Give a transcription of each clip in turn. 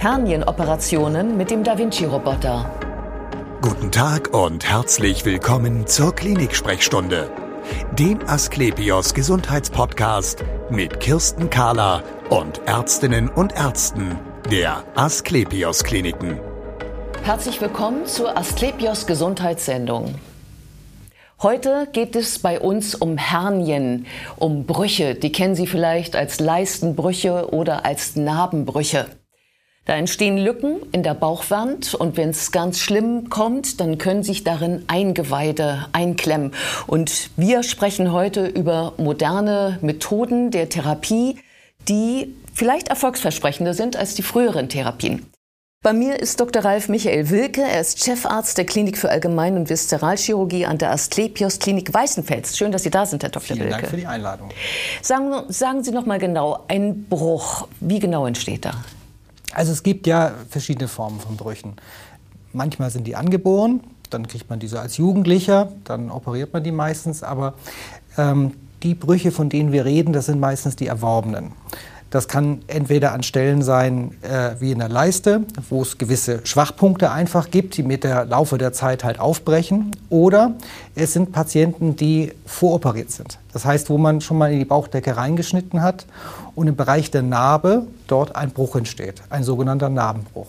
Hernienoperationen mit dem Da Vinci-Roboter. Guten Tag und herzlich willkommen zur Klinik-Sprechstunde, dem Asklepios Gesundheitspodcast mit Kirsten Kahler und Ärztinnen und Ärzten der Asklepios Kliniken. Herzlich willkommen zur Asklepios Gesundheitssendung. Heute geht es bei uns um Hernien, um Brüche. Die kennen Sie vielleicht als Leistenbrüche oder als Narbenbrüche. Da entstehen Lücken in der Bauchwand und wenn es ganz schlimm kommt, dann können sich darin Eingeweide einklemmen. Und wir sprechen heute über moderne Methoden der Therapie, die vielleicht erfolgsversprechender sind als die früheren Therapien. Bei mir ist Dr. Ralf Michael Wilke. Er ist Chefarzt der Klinik für Allgemein- und Viszeralchirurgie an der Asklepios Klinik Weißenfels. Schön, dass Sie da sind, Herr Dr. Wilke. Vielen Dank für die Einladung. Sagen Sie noch mal genau, ein Bruch, wie genau entsteht da? Also es gibt ja verschiedene Formen von Brüchen. Manchmal sind die angeboren, dann kriegt man diese als Jugendlicher, dann operiert man die meistens. Aber die Brüche, von denen wir reden, das sind meistens die erworbenen. Das kann entweder an Stellen sein wie in der Leiste, wo es gewisse Schwachpunkte einfach gibt, die mit der Laufe der Zeit halt aufbrechen. Oder es sind Patienten, die voroperiert sind. Das heißt, wo man schon mal in die Bauchdecke reingeschnitten hat und im Bereich der Narbe dort ein Bruch entsteht, ein sogenannter Narbenbruch.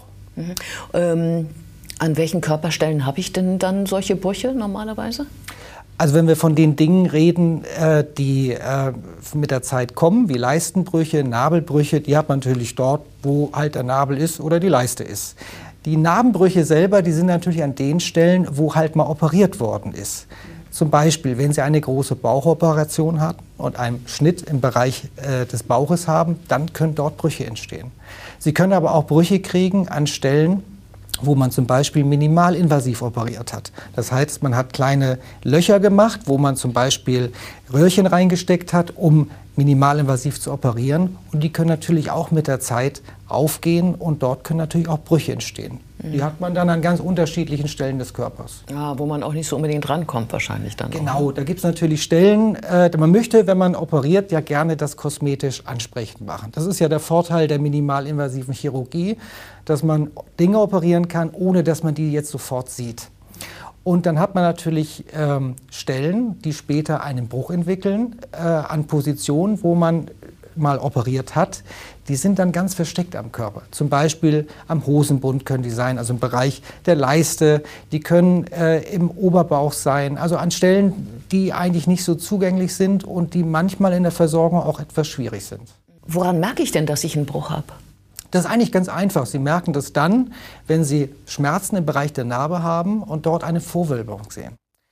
Mhm. An welchen Körperstellen habe ich denn dann solche Brüche normalerweise? Also wenn wir von den Dingen reden, die mit der Zeit kommen, wie Leistenbrüche, Nabelbrüche, die hat man natürlich dort, wo halt der Nabel ist oder die Leiste ist. Die Narbenbrüche selber, die sind natürlich an den Stellen, wo halt mal operiert worden ist. Zum Beispiel, wenn Sie eine große Bauchoperation hatten und einen Schnitt im Bereich des Bauches haben, dann können dort Brüche entstehen. Sie können aber auch Brüche kriegen an Stellen, wo man zum Beispiel minimalinvasiv operiert hat. Das heißt, man hat kleine Löcher gemacht, wo man zum Beispiel Röhrchen reingesteckt hat, um minimalinvasiv zu operieren. Und die können natürlich auch mit der Zeit aufgehen und dort können natürlich auch Brüche entstehen. Die hat man dann an ganz unterschiedlichen Stellen des Körpers. Ja, wo man auch nicht so unbedingt rankommt wahrscheinlich dann. Genau, da gibt es natürlich Stellen, man möchte, wenn man operiert, ja gerne das kosmetisch ansprechend machen. Das ist ja der Vorteil der minimalinvasiven Chirurgie, dass man Dinge operieren kann, ohne dass man die jetzt sofort sieht. Und dann hat man natürlich Stellen, die später einen Bruch entwickeln, an Positionen, wo man mal operiert hat, die sind dann ganz versteckt am Körper. Zum Beispiel am Hosenbund können die sein, also im Bereich der Leiste. Die können im Oberbauch sein, also an Stellen, die eigentlich nicht so zugänglich sind und die manchmal in der Versorgung auch etwas schwierig sind. Woran merke ich denn, dass ich einen Bruch habe? Das ist eigentlich ganz einfach. Sie merken das dann, wenn Sie Schmerzen im Bereich der Narbe haben und dort eine Vorwölbung sehen.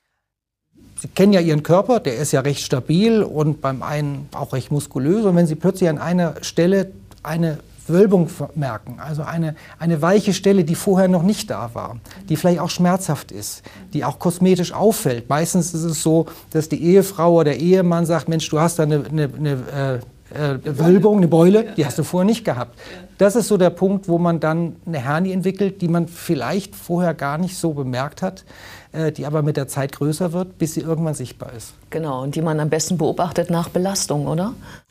Sie kennen ja Ihren Körper, der ist ja recht stabil und beim einen auch recht muskulös. Und wenn Sie plötzlich an einer Stelle eine Wölbung merken, also eine weiche Stelle, die vorher noch nicht da war, die vielleicht auch schmerzhaft ist, die auch kosmetisch auffällt. Meistens ist es so, dass die Ehefrau oder der Ehemann sagt, Mensch, du hast da eine Wölbung, eine Beule, die hast du vorher nicht gehabt. Das ist so der Punkt, wo man dann eine Hernie entwickelt, die man vielleicht vorher gar nicht so bemerkt hat, die aber mit der Zeit größer wird, bis sie irgendwann sichtbar ist. Genau, und die man am besten beobachtet nach Belastung, oder?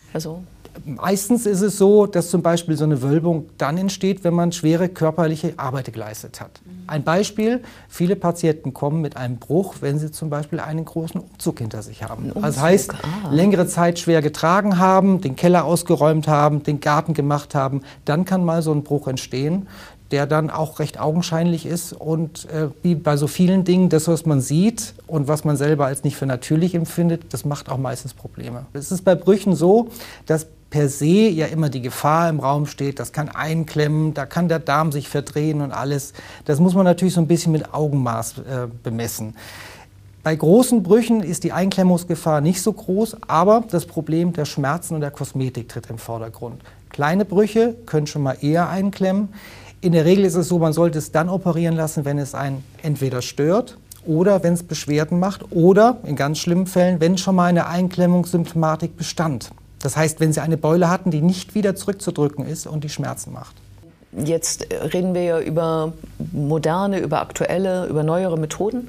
Meistens ist es so, dass zum Beispiel so eine Wölbung dann entsteht, wenn man schwere körperliche Arbeit geleistet hat. Ein Beispiel, viele Patienten kommen mit einem Bruch, wenn sie zum Beispiel einen großen Umzug hinter sich haben. Das heißt, längere Zeit schwer getragen haben, den Keller ausgeräumt haben, den Garten gemacht haben, dann kann mal so ein Bruch entstehen, der dann auch recht augenscheinlich ist und wie bei so vielen Dingen, das, was man sieht und was man selber als nicht für natürlich empfindet, das macht auch meistens Probleme. Es ist bei Brüchen so, dass per se ja immer die Gefahr im Raum steht, das kann einklemmen, da kann der Darm sich verdrehen und alles. Das muss man natürlich so ein bisschen mit Augenmaß bemessen. Bei großen Brüchen ist die Einklemmungsgefahr nicht so groß, aber das Problem der Schmerzen und der Kosmetik tritt im Vordergrund. Kleine Brüche können schon mal eher einklemmen. In der Regel ist es so, man sollte es dann operieren lassen, wenn es einen entweder stört oder wenn es Beschwerden macht oder in ganz schlimmen Fällen, wenn schon mal eine Einklemmungssymptomatik bestand. Das heißt, wenn Sie eine Beule hatten, die nicht wieder zurückzudrücken ist und die Schmerzen macht. Jetzt reden wir ja über moderne, über aktuelle, über neuere Methoden.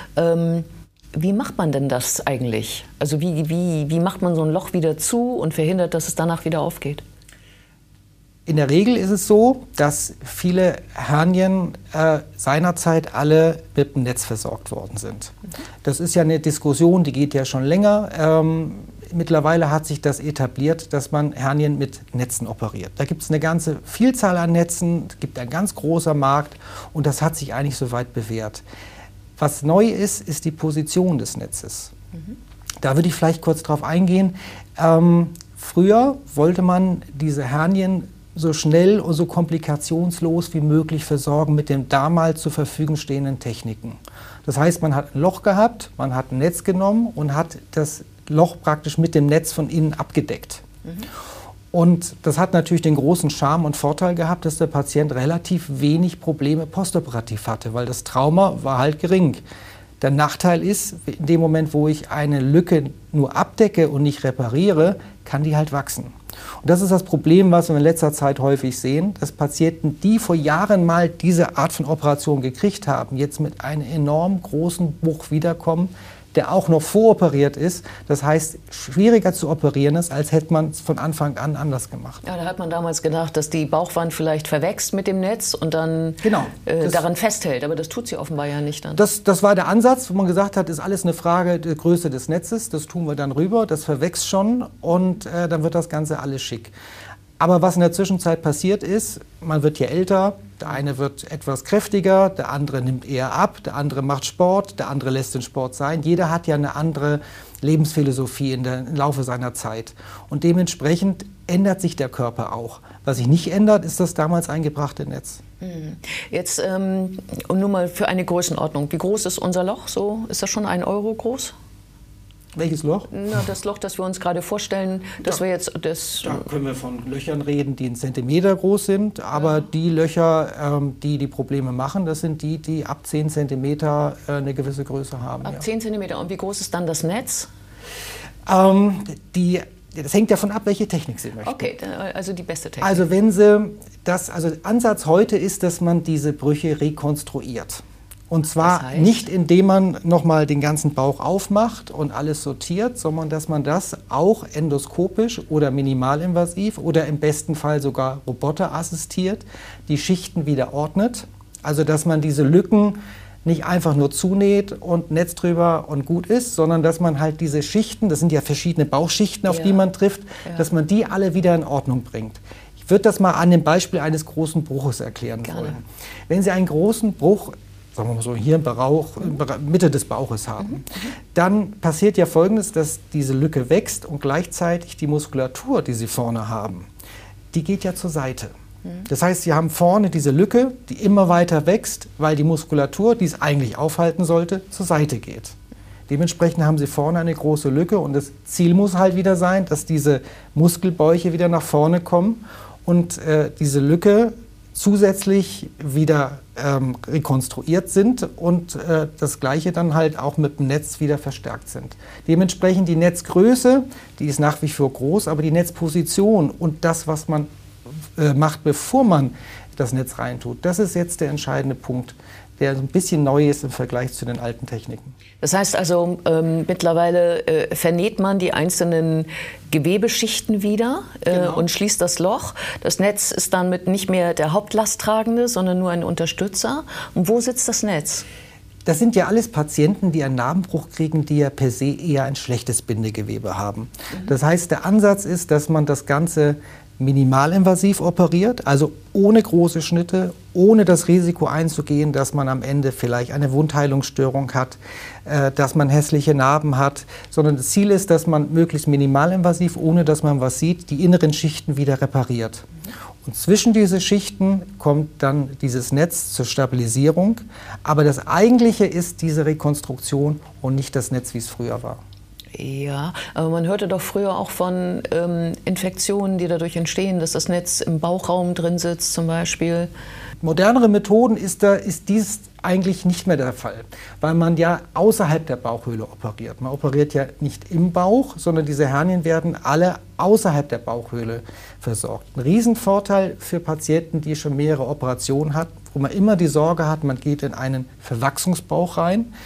Wie macht man denn das eigentlich? Also wie macht man so ein Loch wieder zu und verhindert, dass es danach wieder aufgeht? In der Regel ist es so, dass viele Hernien seinerzeit alle mit dem Netz versorgt worden sind. Das ist ja eine Diskussion, die geht ja schon länger. Mittlerweile hat sich das etabliert, dass man Hernien mit Netzen operiert. Da gibt es eine ganze Vielzahl an Netzen, es gibt ein ganz großer Markt und das hat sich eigentlich soweit bewährt. Was neu ist, ist die Position des Netzes. Da würde ich vielleicht kurz drauf eingehen. Früher wollte man diese Hernien so schnell und so komplikationslos wie möglich versorgen mit den damals zur Verfügung stehenden Techniken. Das heißt, man hat ein Loch gehabt, man hat ein Netz genommen und hat das Loch praktisch mit dem Netz von innen abgedeckt. Und das hat natürlich den großen Charme und Vorteil gehabt, dass der Patient relativ wenig Probleme postoperativ hatte, weil das Trauma war halt gering. Der Nachteil ist, in dem Moment, wo ich eine Lücke nur abdecke und nicht repariere, kann die halt wachsen. Und das ist das Problem, was wir in letzter Zeit häufig sehen, dass Patienten, die vor Jahren mal diese Art von Operation gekriegt haben, jetzt mit einem enorm großen Bruch wiederkommen, der auch noch voroperiert ist. Das heißt, schwieriger zu operieren ist, als hätte man es von Anfang an anders gemacht. Ja, da hat man damals gedacht, dass die Bauchwand vielleicht verwächst mit dem Netz und dann daran festhält. Aber das tut sie offenbar ja nicht dann. Das war der Ansatz, wo man gesagt hat, ist alles eine Frage der Größe des Netzes. Das tun wir dann rüber, das verwächst schon und dann wird das Ganze alles schick. Aber was in der Zwischenzeit passiert ist, man wird ja älter, der eine wird etwas kräftiger, der andere nimmt eher ab, der andere macht Sport, der andere lässt den Sport sein. Jeder hat ja eine andere Lebensphilosophie im Laufe seiner Zeit. Und dementsprechend ändert sich der Körper auch. Was sich nicht ändert, ist das damals eingebrachte Netz. Jetzt nur mal für eine Größenordnung. Wie groß ist unser Loch? So, ist das schon 1 Euro groß? Welches Loch? Na, das Loch, das wir uns gerade vorstellen, dass wir jetzt das. Da können wir von Löchern reden, die 1 Zentimeter groß sind, aber die Löcher, die Probleme machen, das sind die ab 10 Zentimeter eine gewisse Größe haben. Ab 10 Zentimeter. Und wie groß ist dann das Netz? Das hängt davon ab, welche Technik Sie möchten. Okay, also die beste Technik. Also Ansatz heute ist, dass man diese Brüche rekonstruiert. Und zwar das heißt, nicht, indem man nochmal den ganzen Bauch aufmacht und alles sortiert, sondern dass man das auch endoskopisch oder minimalinvasiv oder im besten Fall sogar roboterassistiert die Schichten wieder ordnet. Also dass man diese Lücken nicht einfach nur zunäht und Netz drüber und gut ist, sondern dass man halt diese Schichten, das sind ja verschiedene Bauchschichten, auf die man trifft, dass man die alle wieder in Ordnung bringt. Ich würde das mal an dem Beispiel eines großen Bruches erklären wollen. Wenn Sie einen großen Bruch, sagen wir mal so, hier im Bauch, Mitte des Bauches haben, dann passiert ja Folgendes, dass diese Lücke wächst und gleichzeitig die Muskulatur, die Sie vorne haben, die geht ja zur Seite. Das heißt, Sie haben vorne diese Lücke, die immer weiter wächst, weil die Muskulatur, die es eigentlich aufhalten sollte, zur Seite geht. Dementsprechend haben Sie vorne eine große Lücke und das Ziel muss halt wieder sein, dass diese Muskelbäuche wieder nach vorne kommen und diese Lücke zusätzlich wieder rekonstruiert sind und das Gleiche dann halt auch mit dem Netz wieder verstärkt sind. Dementsprechend die Netzgröße, die ist nach wie vor groß, aber die Netzposition und das, was man macht, bevor man das Netz reintut, das ist jetzt der entscheidende Punkt, der ein bisschen neu ist im Vergleich zu den alten Techniken. Das heißt also, mittlerweile vernäht man die einzelnen Gewebeschichten wieder und schließt das Loch. Das Netz ist damit nicht mehr der Hauptlasttragende, sondern nur ein Unterstützer. Und wo sitzt das Netz? Das sind ja alles Patienten, die einen Narbenbruch kriegen, die ja per se eher ein schlechtes Bindegewebe haben. Das heißt, der Ansatz ist, dass man das Ganze minimalinvasiv operiert, also ohne große Schnitte, ohne das Risiko einzugehen, dass man am Ende vielleicht eine Wundheilungsstörung hat, dass man hässliche Narben hat, sondern das Ziel ist, dass man möglichst minimalinvasiv, ohne dass man was sieht, die inneren Schichten wieder repariert. Und zwischen diese Schichten kommt dann dieses Netz zur Stabilisierung, aber das Eigentliche ist diese Rekonstruktion und nicht das Netz, wie es früher war. Ja, aber man hörte doch früher auch von Infektionen, die dadurch entstehen, dass das Netz im Bauchraum drin sitzt zum Beispiel. Modernere Methoden ist dies eigentlich nicht mehr der Fall, weil man ja außerhalb der Bauchhöhle operiert. Man operiert ja nicht im Bauch, sondern diese Hernien werden alle außerhalb der Bauchhöhle versorgt. Ein Riesenvorteil für Patienten, die schon mehrere Operationen hatten, wo man immer die Sorge hat, man geht in einen Verwachsungsbauch rein.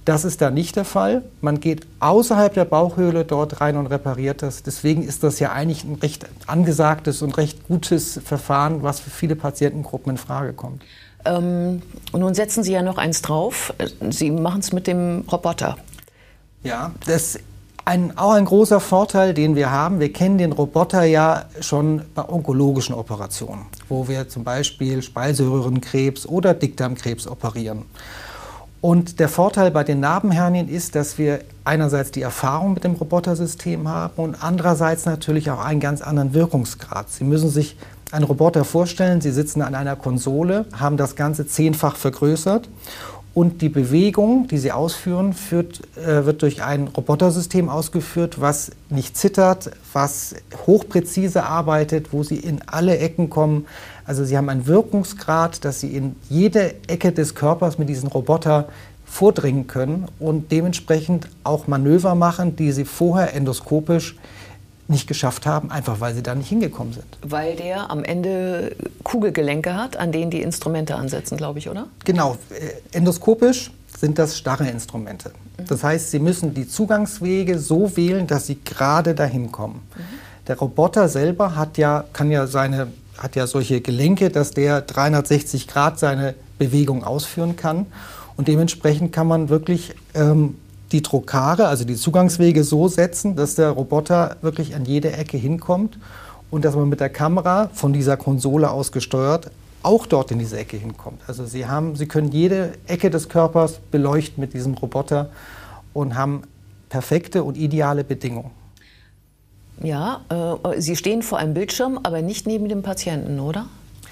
Das ist da nicht der Fall. Man geht außerhalb der Bauchhöhle dort rein und repariert das. Deswegen ist das ja eigentlich ein recht angesagtes und recht gutes Verfahren, was für viele Patientengruppen in Frage kommt. Und nun setzen Sie ja noch eins drauf. Sie machen es mit dem Roboter. Ja, das ist auch ein großer Vorteil, den wir haben. Wir kennen den Roboter ja schon bei onkologischen Operationen, wo wir zum Beispiel Speiseröhrenkrebs oder Dickdarmkrebs operieren. Und der Vorteil bei den Narbenhernien ist, dass wir einerseits die Erfahrung mit dem Robotersystem haben und andererseits natürlich auch einen ganz anderen Wirkungsgrad. Sie müssen sich einen Roboter vorstellen, Sie sitzen an einer Konsole, haben das Ganze 10-fach vergrößert und die Bewegung, die Sie ausführen, wird durch ein Robotersystem ausgeführt, was nicht zittert, was hochpräzise arbeitet, wo Sie in alle Ecken kommen. Also Sie haben einen Wirkungsgrad, dass Sie in jede Ecke des Körpers mit diesem Roboter vordringen können und dementsprechend auch Manöver machen, die Sie vorher endoskopisch nicht geschafft haben, einfach weil Sie da nicht hingekommen sind. Weil der am Ende Kugelgelenke hat, an denen die Instrumente ansetzen, glaube ich, oder? Genau. Endoskopisch sind das starre Instrumente. Das heißt, Sie müssen die Zugangswege so wählen, dass Sie gerade dahin kommen. Der Roboter selber hat ja solche Gelenke, dass der 360 Grad seine Bewegung ausführen kann. Und dementsprechend kann man wirklich die Trokare, also die Zugangswege so setzen, dass der Roboter wirklich an jede Ecke hinkommt und dass man mit der Kamera von dieser Konsole aus gesteuert auch dort in diese Ecke hinkommt. Also Sie können jede Ecke des Körpers beleuchten mit diesem Roboter und haben perfekte und ideale Bedingungen. Ja, Sie stehen vor einem Bildschirm, aber nicht neben dem Patienten, oder?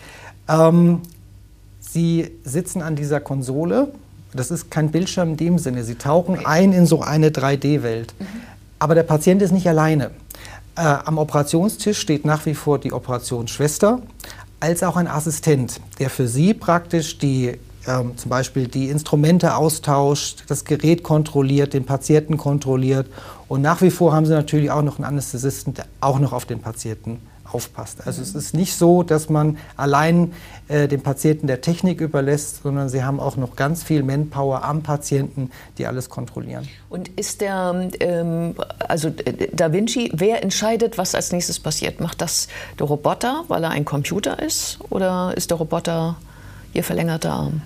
Sie sitzen an dieser Konsole. Das ist kein Bildschirm in dem Sinne. Sie tauchen ein in so eine 3D-Welt. Aber der Patient ist nicht alleine. Am Operationstisch steht nach wie vor die Operationsschwester, als auch ein Assistent, der für Sie praktisch zum Beispiel die Instrumente austauscht, das Gerät kontrolliert, den Patienten kontrolliert. Und nach wie vor haben Sie natürlich auch noch einen Anästhesisten, der auch noch auf den Patienten aufpasst. Also es ist nicht so, dass man allein den Patienten der Technik überlässt, sondern Sie haben auch noch ganz viel Manpower am Patienten, die alles kontrollieren. Und ist Da Vinci, wer entscheidet, was als nächstes passiert? Macht das der Roboter, weil er ein Computer ist, oder ist der Roboter Ihr verlängerter Arm?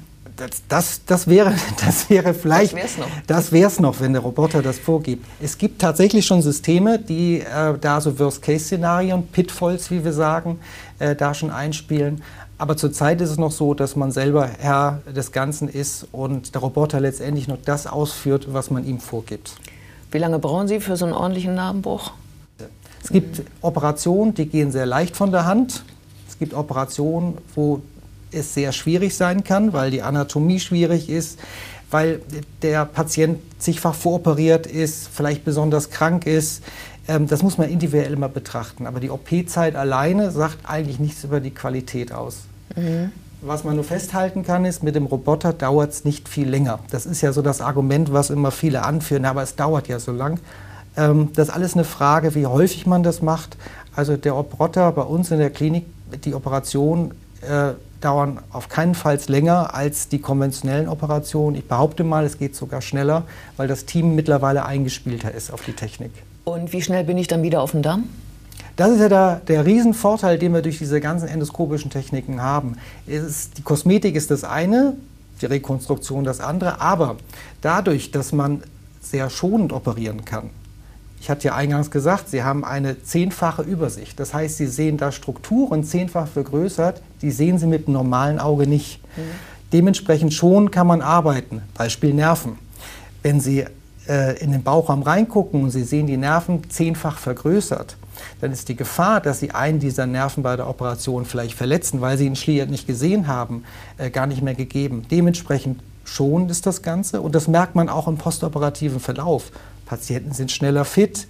Das wäre vielleicht, das wäre es noch, wenn der Roboter das vorgibt. Es gibt tatsächlich schon Systeme, die da so Worst-Case-Szenarien, Pitfalls, wie wir sagen, da schon einspielen. Aber zurzeit ist es noch so, dass man selber Herr des Ganzen ist und der Roboter letztendlich nur das ausführt, was man ihm vorgibt. Wie lange brauchen Sie für so einen ordentlichen Narbenbruch? Es gibt Operationen, die gehen sehr leicht von der Hand. Es gibt Operationen, wo es sehr schwierig sein kann, weil die Anatomie schwierig ist, weil der Patient zigfach voroperiert ist, vielleicht besonders krank ist. Das muss man individuell immer betrachten. Aber die OP-Zeit alleine sagt eigentlich nichts über die Qualität aus. Was man nur festhalten kann, ist, mit dem Roboter dauert es nicht viel länger. Das ist ja so das Argument, was immer viele anführen, aber es dauert ja so lang. Das ist alles eine Frage, wie häufig man das macht. Also der Roboter bei uns in der Klinik, die Operationen dauern auf keinen Fall länger als die konventionellen Operationen. Ich behaupte mal, es geht sogar schneller, weil das Team mittlerweile eingespielter ist auf die Technik. Und wie schnell bin ich dann wieder auf dem Damm? Das ist ja der Riesenvorteil, den wir durch diese ganzen endoskopischen Techniken haben. Die Kosmetik ist das eine, die Rekonstruktion das andere, aber dadurch, dass man sehr schonend operieren kann. Ich hatte ja eingangs gesagt, Sie haben eine 10-fache Übersicht. Das heißt, Sie sehen da Strukturen 10-fach vergrößert, die sehen Sie mit dem normalen Auge nicht. Dementsprechend schon kann man arbeiten. Beispiel Nerven. Wenn Sie in den Bauchraum reingucken und Sie sehen die Nerven 10-fach vergrößert, dann ist die Gefahr, dass Sie einen dieser Nerven bei der Operation vielleicht verletzen, weil Sie ihn schlicht nicht gesehen haben, gar nicht mehr gegeben. Dementsprechend schonend ist das Ganze und das merkt man auch im postoperativen Verlauf. Patienten sind schneller fit,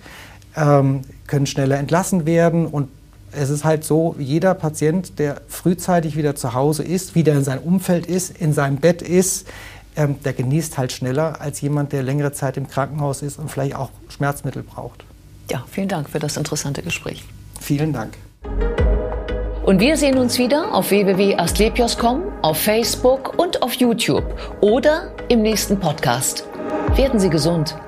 können schneller entlassen werden und es ist halt so, jeder Patient, der frühzeitig wieder zu Hause ist, wieder in seinem Umfeld ist, in seinem Bett ist, der genießt halt schneller als jemand, der längere Zeit im Krankenhaus ist und vielleicht auch Schmerzmittel braucht. Ja, vielen Dank für das interessante Gespräch. Vielen Dank. Und wir sehen uns wieder auf www.asklepios.com, auf Facebook und auf YouTube oder im nächsten Podcast. Werden Sie gesund.